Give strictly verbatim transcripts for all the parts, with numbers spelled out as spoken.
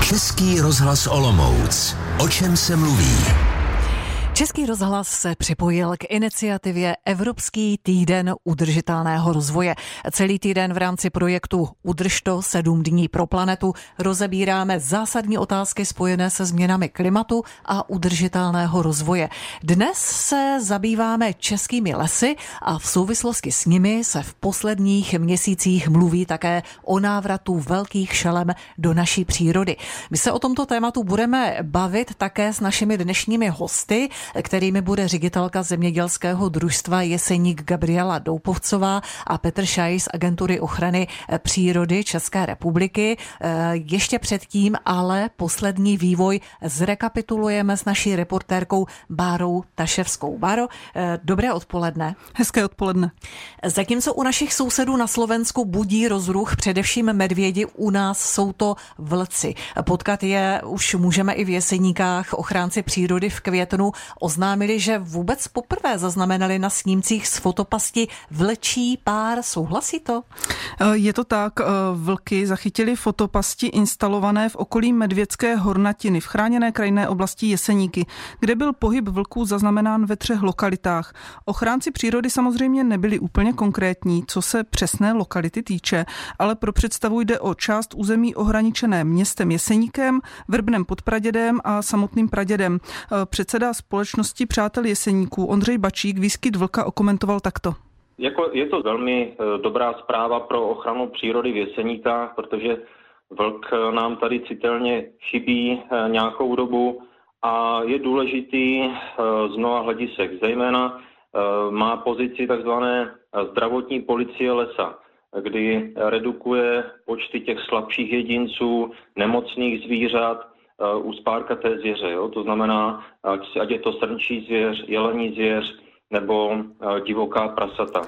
Český rozhlas Olomouc. O čem se mluví? Český rozhlas se připojil k iniciativě Evropský týden udržitelného rozvoje. Celý týden v rámci projektu Udrž to sedm dní pro planetu rozebíráme zásadní otázky spojené se změnami klimatu a udržitelného rozvoje. Dnes se zabýváme českými lesy a v souvislosti s nimi se v posledních měsících mluví také o návratu velkých šelem do naší přírody. My se o tomto tématu budeme bavit také s našimi dnešními hosty, kterými bude ředitelka zemědělského družstva Jeseník Gabriela Doupovcová a Petr Šaj z Agentury ochrany přírody České republiky. Ještě předtím ale poslední vývoj zrekapitulujeme s naší reportérkou Bárou Taševskou. Báro, dobré odpoledne. Hezké odpoledne. Zatímco u našich sousedů na Slovensku budí rozruch především medvědi, u nás jsou to vlci. Potkat je už můžeme i v Jeseníkách. Ochránci přírody v květnu oznámili, že vůbec poprvé zaznamenali na snímcích z fotopasti vlčí pár. Souhlasí to? Je to tak. Vlky zachytili fotopasti instalované v okolí Medvědské hornatiny v chráněné krajinné oblasti Jeseníky, kde byl pohyb vlků zaznamenán ve třech lokalitách. Ochránci přírody samozřejmě nebyli úplně konkrétní, co se přesné lokality týče, ale pro představu jde o část území ohraničené městem Jeseníkem, Vrbnem pod Pradědem a samotným Pradědem. Předseda společnosti Přátel Jeseníků Ondřej Bačík výskyt vlka okomentoval takto. Jako je to velmi dobrá zpráva pro ochranu přírody v Jeseníkách, protože vlk nám tady citelně chybí nějakou dobu a je důležitý z mnoha hledisek. Zejména má pozici takzvané zdravotní policie lesa, kdy redukuje počty těch slabších jedinců, nemocných zvířat, u spárkaté zvěře. Jo? To znamená, ať je to srnčí zvěř, jelení zvěř nebo divoká prasata.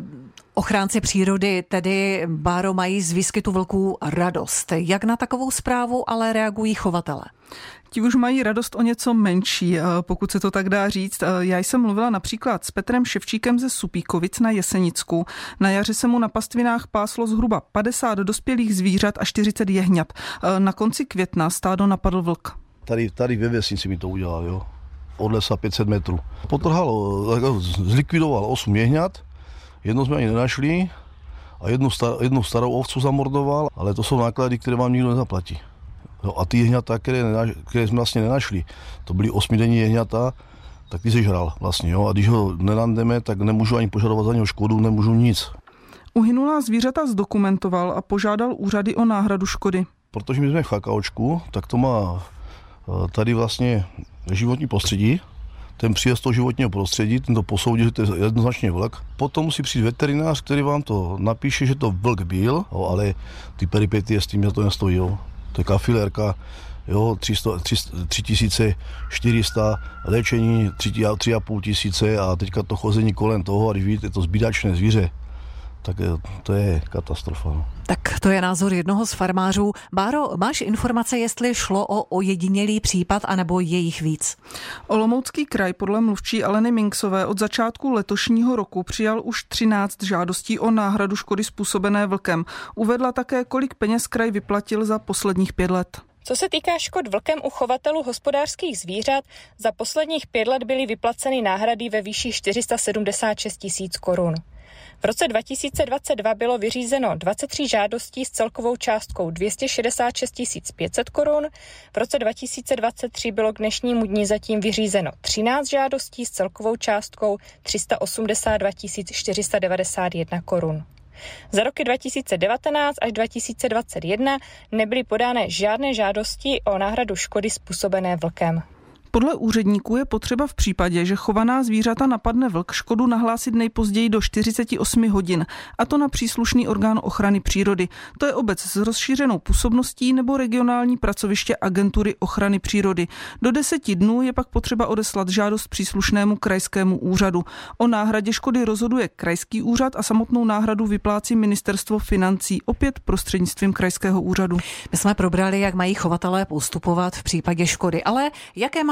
Ochránci přírody tedy, Báro, mají z výskytu vlků radost. Jak na takovou zprávu ale reagují chovatelé? Ti už mají radost o něco menší, pokud se to tak dá říct. Já jsem mluvila například s Petrem Ševčíkem ze Supíkovic na Jesenicku. Na jaře se mu na pastvinách páslo zhruba padesát dospělých zvířat a čtyřicet jehňat. Na konci května stádo napadl vlk. Tady, tady ve vesnici mi to udělal, jo. Od lesa pět set metrů. Potrhal, zlikvidoval osm jehňat, jedno jsme ani nenašli a jednu, star, jednu starou ovcu zamordoval, ale to jsou náklady, které vám nikdo nezaplatí. Jo, a ty jehňata, které, které jsme vlastně nenašli, to byly osmidenní jehňata, tak ty sežral vlastně. Jo, a když ho nenandeme, tak nemůžu ani požadovat za něho škodu, nemůžu nic. Uhynulá zvířata zdokumentoval a požádal úřady o náhradu škody. Protože my jsme v Chakaočku, tak to má tady vlastně životní prostředí, ten příjezd toho životního prostředí, ten to posoudí, že to je jednoznačně vlk. Potom musí přijít veterinář, který vám to napíše, že to vlk byl, jo, ale ty peripetie s tím za to nestojí. Jo. To je kafilérka, jo, tři tisíce čtyři sta, léčení tři a půl tisíce a teďka to chození kolem toho, a když vidíte to zbídačné zvíře, tak to je katastrofa. No. Tak to je názor jednoho z farmářů. Báro, máš informace, jestli šlo o ojedinělý případ, anebo je jich víc? Olomoucký kraj podle mluvčí Aleny Minksové od začátku letošního roku přijal už třináct žádostí o náhradu škody způsobené vlkem. Uvedla také, kolik peněz kraj vyplatil za posledních pět let. Co se týká škod vlkem u chovatelů hospodářských zvířat, za posledních pět let byly vyplaceny náhrady ve výši čtyři sta sedmdesát šest tisíc korun. V roce dva tisíce dvacet dva bylo vyřízeno dvacet tři žádostí s celkovou částkou dvě stě šedesát šest tisíc pět set korun. V roce dva tisíce dvacet tři bylo k dnešnímu dni zatím vyřízeno třináct žádostí s celkovou částkou tři sta osmdesát dva tisíc čtyři sta devadesát jedna korun. Za roky dva tisíce devatenáct až dva tisíce dvacet jedna nebyly podány žádné žádosti o náhradu škody způsobené vlkem. Podle úředníků je potřeba v případě, že chovaná zvířata napadne vlk, škodu nahlásit nejpozději do čtyřicet osm hodin, a to na příslušný orgán ochrany přírody. To je obec s rozšířenou působností nebo regionální pracoviště Agentury ochrany přírody. Do deseti dnů je pak potřeba odeslat žádost příslušnému krajskému úřadu. O náhradě škody rozhoduje krajský úřad a samotnou náhradu vyplácí Ministerstvo financí, opět prostřednictvím krajského úřadu. My jsme probrali, jak mají chovatelé postupovat v případě škody, ale jaké mají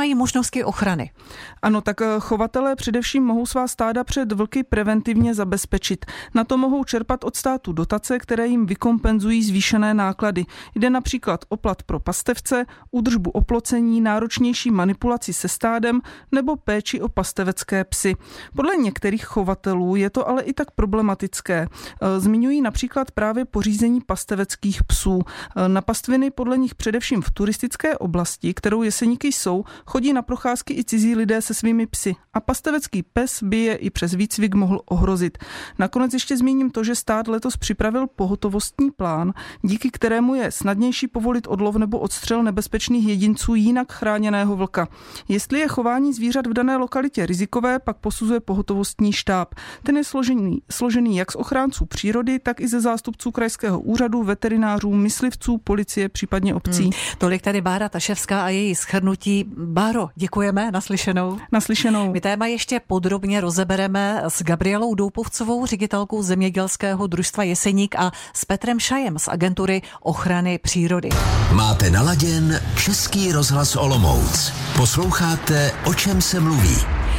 mají možnosti ochrany? Ano, tak chovatelé především mohou svá stáda před vlky preventivně zabezpečit. Na to mohou čerpat od státu dotace, které jim vykompenzují zvýšené náklady. Jde například o plat pro pastevce, údržbu oplocení, náročnější manipulaci se stádem nebo péči o pastevecké psy. Podle některých chovatelů je to ale i tak problematické. Zmiňují například právě pořízení pasteveckých psů. Na pastviny podle nich především v turistické oblasti, kterou Jeseníky jsou, chodí na procházky i cizí lidé se svými psy a pastevecký pes by je i přes výcvik mohl ohrozit. Nakonec ještě zmíním to, že stát letos připravil pohotovostní plán, díky kterému je snadnější povolit odlov nebo odstřel nebezpečných jedinců jinak chráněného vlka. Jestli je chování zvířat v dané lokalitě rizikové, pak posuzuje pohotovostní štáb. Ten je složený, složený jak z ochránců přírody, tak i ze zástupců krajského úřadu, veterinářů, myslivců, policie, případně obcí. Hmm. Tolik tady Bára Taševská a její shrnutí. Báro, děkujeme, naslyšenou. Naslyšenou. My téma ještě podrobně rozebereme s Gabrielou Doupovcovou, ředitelkou Zemědělského družstva Jeseník, a s Petrem Šajem z agentury ochrany přírody. Máte naladěn Český rozhlas Olomouc. Posloucháte, o čem se mluví.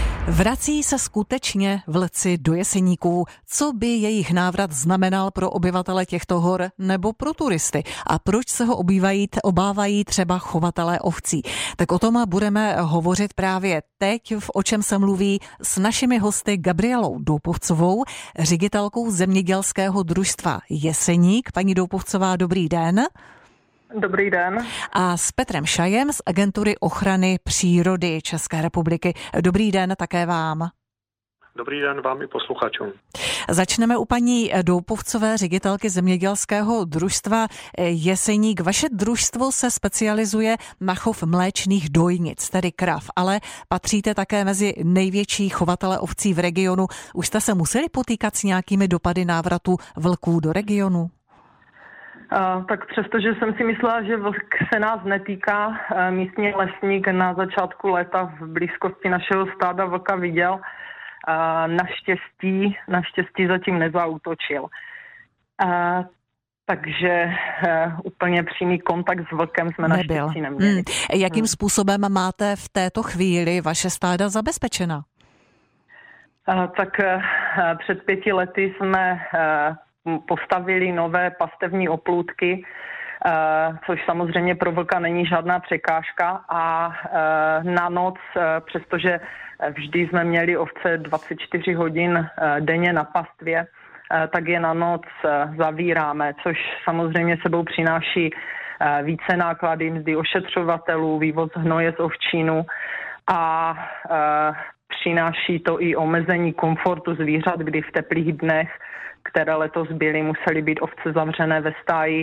Vrací se skutečně vlci do Jeseníků? Co by jejich návrat znamenal pro obyvatele těchto hor nebo pro turisty? A proč se ho obývají, obávají třeba chovatelé ovcí? Tak o tom budeme hovořit právě teď, v O čem se mluví, s našimi hosty Gabrielou Doupovcovou, ředitelkou Zemědělského družstva Jeseník. Paní Doupovcová, dobrý den. Dobrý den. A s Petrem Šajem z agentury ochrany přírody České republiky. Dobrý den také vám. Dobrý den vám i posluchačům. Začneme u paní Doupovcové, ředitelky Zemědělského družstva Jeseník. Vaše družstvo se specializuje na chov mléčných dojnic, tedy krav, ale patříte také mezi největší chovatele ovcí v regionu. Už jste se museli potýkat s nějakými dopady návratu vlků do regionu? Uh, tak přestože jsem si myslela, že vlk se nás netýká, uh, místní lesník na začátku léta v blízkosti našeho stáda vlka viděl. Uh, naštěstí, naštěstí zatím nezaútočil. Uh, takže uh, úplně přímý kontakt s vlkem jsme Nebyl. naštěstí neměli. Hmm. Jakým hmm. způsobem máte v této chvíli vaše stáda zabezpečena? Uh, tak uh, před pěti lety jsme uh, postavili nové pastevní oplůtky, což samozřejmě pro vlka není žádná překážka, a na noc, přestože vždy jsme měli ovce dvacet čtyři hodin denně na pastvě, tak je na noc zavíráme, což samozřejmě sebou přináší více náklady, mzdy ošetřovatelů, vývoz hnoje z ovčínu a přináší to i omezení komfortu zvířat, kdy v teplých dnech, které letos byly, musely být ovce zavřené ve stáji,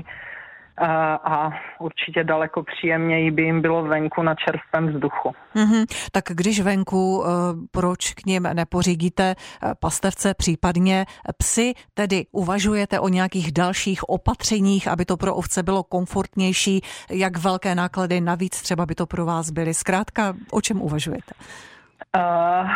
a určitě daleko příjemněji by jim bylo venku na čerstvém vzduchu. Mm-hmm. Tak když venku, proč k nim nepořídíte pastevce, případně psy, tedy uvažujete o nějakých dalších opatřeních, aby to pro ovce bylo komfortnější, jak velké náklady navíc třeba by to pro vás byly? Zkrátka, o čem uvažujete? Uh,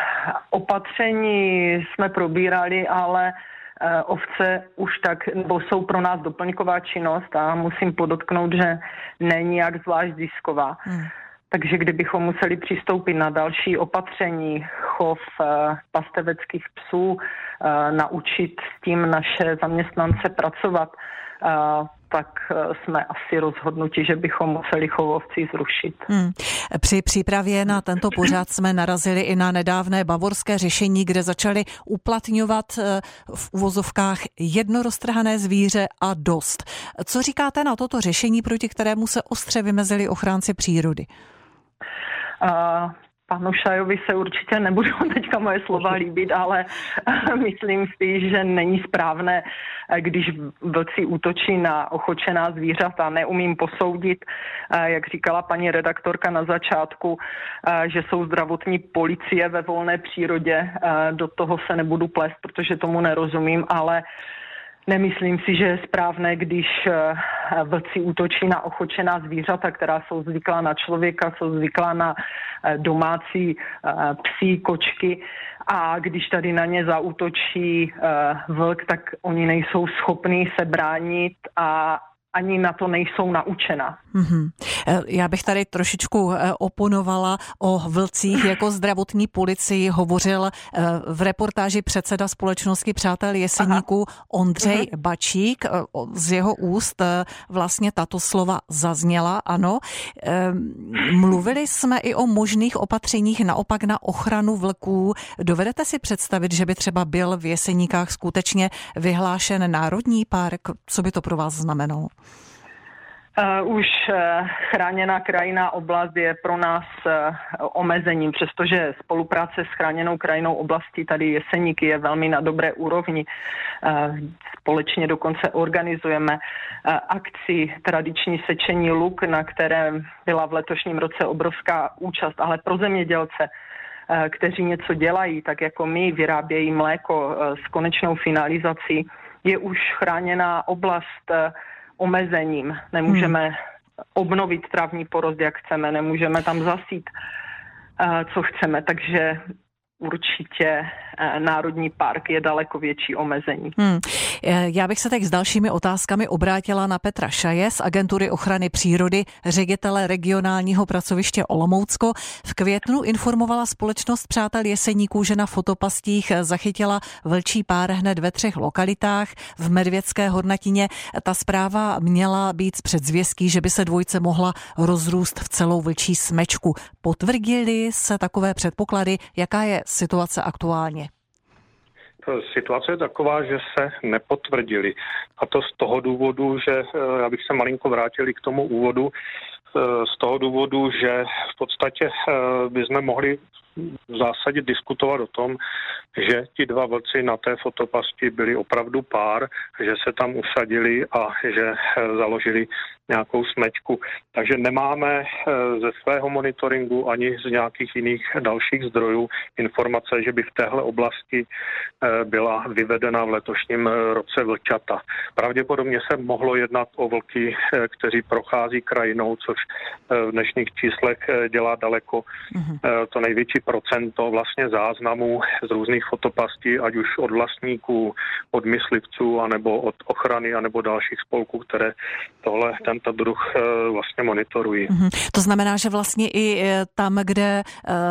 opatření jsme probírali, ale ovce už tak, nebo jsou pro nás doplňková činnost a musím podotknout, že není jak zvlášť zisková. Hmm. Takže kdybychom museli přistoupit na další opatření, chov pasteveckých psů, naučit s tím naše zaměstnance pracovat, tak jsme asi rozhodnuti, že bychom museli chov ovcí zrušit. Hmm. Při přípravě na tento pořad jsme narazili i na nedávné bavorské řešení, kde začali uplatňovat v uvozovkách jedno roztrhané zvíře a dost. Co říkáte na toto řešení, proti kterému se ostře vymezili ochránci přírody? Uh... Panu Šajovi se určitě nebudou teďka moje slova líbit, ale myslím si, že není správné, když vlci útočí na ochočená zvířata. Neumím posoudit, jak říkala paní redaktorka na začátku, že jsou zdravotní policie ve volné přírodě. Do toho se nebudu plést, protože tomu nerozumím, ale nemyslím si, že je správné, když vlci útočí na ochočená zvířata, která jsou zvyklá na člověka, jsou zvyklá na domácí psí, kočky, a když tady na ně zaútočí vlk, tak oni nejsou schopní se bránit a ani na to nejsou naučena. Mm-hmm. Já bych tady trošičku oponovala o vlcích jako zdravotní policii. Hovořil v reportáži předseda společnosti Přátel Jeseníků Ondřej Aha. Bačík. Z jeho úst vlastně tato slova zazněla, ano. Mluvili jsme i o možných opatřeních naopak na ochranu vlků. Dovedete si představit, že by třeba byl v Jeseníkách skutečně vyhlášen národní park? Co by to pro vás znamenalo? Uh, už uh, chráněná krajinná oblast je pro nás uh, omezením, přestože spolupráce s chráněnou krajinnou oblastí tady Jeseníky je velmi na dobré úrovni. Uh, společně dokonce organizujeme uh, akci tradiční sečení luk, na které byla v letošním roce obrovská účast, ale pro zemědělce, uh, kteří něco dělají, tak jako my vyrábějí mléko uh, s konečnou finalizací, je už chráněná oblast uh, omezením. Nemůžeme hmm. obnovit travní porost, jak chceme, nemůžeme tam zasít, co chceme, takže určitě národní park je daleko větší omezení. Hmm. Já bych se teď s dalšími otázkami obrátila na Petra Šaje z Agentury ochrany přírody, ředitele regionálního pracoviště Olomoucko. V květnu informovala společnost Přátel Jeseníků, že na fotopastích zachytila vlčí pár hned ve třech lokalitách v Medvědské Hornatině. Ta zpráva měla být z předzvěstí, že by se dvojce mohla rozrůst v celou vlčí smečku. Potvrdily se takové předpoklady? Jaká je situace aktuálně? Situace je taková, že se nepotvrdili. A to z toho důvodu, že já bych se malinko vrátil k tomu úvodu, z toho důvodu, že v podstatě bychom mohli v zásadě diskutovat o tom, že ti dva vlci na té fotopasti byli opravdu pár, že se tam usadili a že založili nějakou smečku. Takže nemáme ze svého monitoringu ani z nějakých jiných dalších zdrojů informace, že by v téhle oblasti byla vyvedena v letošním roce vlčata. Pravděpodobně se mohlo jednat o vlky, kteří prochází krajinou, což v dnešních číslech dělá daleko mm-hmm. to největší procento vlastně záznamů z různých fotopastí, ať už od vlastníků, od myslivců, anebo od ochrany, anebo dalších spolků, které tohle, tento druh vlastně monitorují. Mm-hmm. To znamená, že vlastně i tam, kde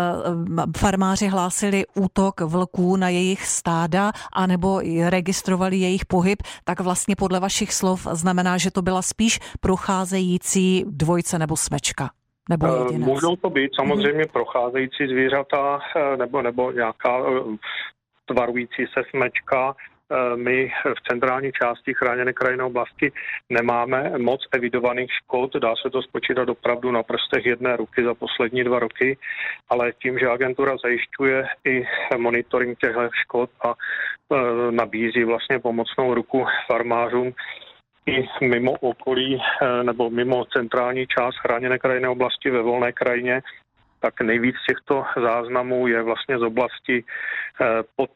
farmáři hlásili útok vlků na jejich stáda, anebo registrovali jejich pohyb, tak vlastně podle vašich slov znamená, že to byla spíš procházející dvojce nebo smečka. Nebo jedinec. Můžou to být samozřejmě mm-hmm. procházející zvířata nebo, nebo nějaká tvarující se smečka. My v centrální části chráněné krajinné oblasti nemáme moc evidovaných škod, dá se to spočítat opravdu na prstech jedné ruky za poslední dva roky, ale tím, že agentura zajišťuje i monitoring těchto škod a nabízí vlastně pomocnou ruku farmářům i mimo okolí nebo mimo centrální část chráněné krajinné oblasti ve volné krajině, tak nejvíc těchto záznamů je vlastně z oblasti pod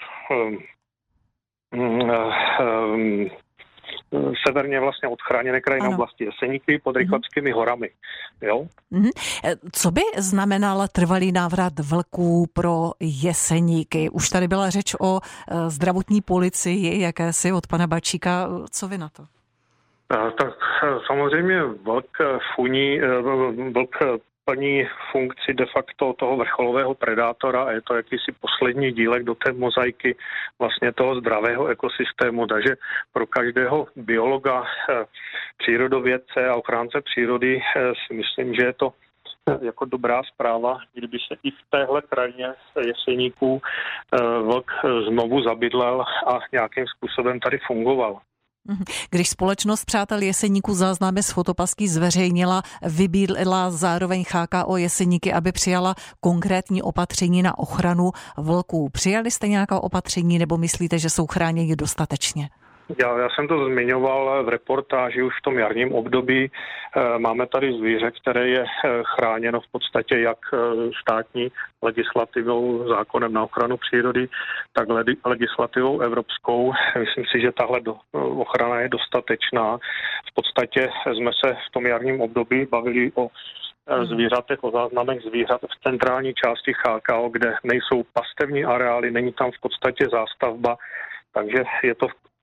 severně vlastně od chráněné krajinné oblasti Jeseníky pod Rychlebskými horami. Jo? Co by znamenal trvalý návrat vlků pro Jeseníky? Už tady byla řeč o zdravotní policii, jakési od pana Bačíka. Co vy na to? Tak samozřejmě vlk funí, vlk plní funkci de facto toho vrcholového predátora a je to jakýsi poslední dílek do té mozaiky vlastně toho zdravého ekosystému. Takže pro každého biologa, přírodovědce a ochránce přírody si myslím, že je to jako dobrá zpráva, kdyby se i v téhle krajině Jeseníků vlk znovu zabydlel a nějakým způsobem tady fungoval. Když společnost Přátel Jeseníků záznamy z fotopastí zveřejnila, vybídla zároveň H K O Jeseníky, aby přijala konkrétní opatření na ochranu vlků. Přijali jste nějaká opatření nebo myslíte, že jsou chráněni dostatečně? Já, já jsem to zmiňoval v reportáži už v tom jarním období. Máme tady zvíře, které je chráněno v podstatě jak státní legislativou, zákonem na ochranu přírody, tak legislativou evropskou. Myslím si, že tahle do, ochrana je dostatečná. V podstatě jsme se v tom jarním období bavili o zvířatech, o záznamech zvířat v centrální části H K O, kde nejsou pastevní areály, není tam v podstatě zástavba, takže je to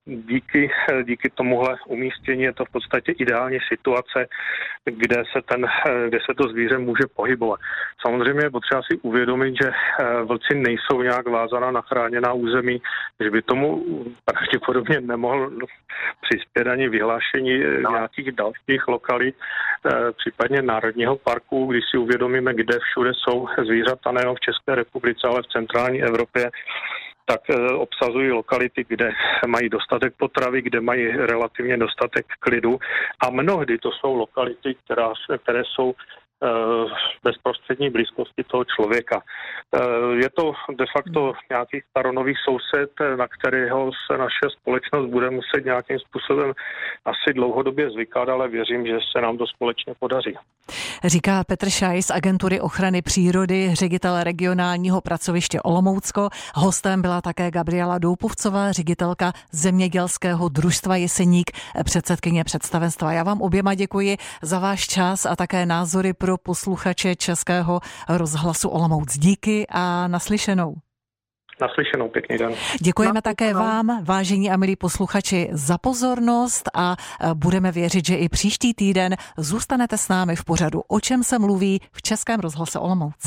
díky, díky tomuhle umístění je to v podstatě ideální situace, kde se, ten, kde se to zvíře může pohybovat. Samozřejmě je potřeba si uvědomit, že vlci nejsou nějak vázaná na chráněná území, že by tomu pravděpodobně nemohl přispět ani vyhlášení no. nějakých dalších lokalit, případně národního parku, když si uvědomíme, kde všude jsou zvířata, nejen v České republice, ale v centrální Evropě, tak obsazují lokality, kde mají dostatek potravy, kde mají relativně dostatek klidu a mnohdy to jsou lokality, která, které jsou v bezprostřední blízkosti toho člověka. Je to de facto nějaký staronový soused, na kterého se naše společnost bude muset nějakým způsobem asi dlouhodobě zvykat, ale věřím, že se nám to společně podaří. Říká Petr Šaj z Agentury ochrany přírody, ředitel regionálního pracoviště Olomoucko. Hostem byla také Gabriela Doupovcová, ředitelka zemědělského družstva Jeseník, předsedkyně představenstva. Já vám oběma děkuji za váš čas a také názory pro posluchače Českého rozhlasu Olomouc. Díky a naslyšenou. Naslyšenou, pěkný den. Děkujeme Naslyšenou. také vám, vážení a milí posluchači, za pozornost a budeme věřit, že i příští týden zůstanete s námi v pořadu O čem se mluví v Českém rozhlase Olomouc.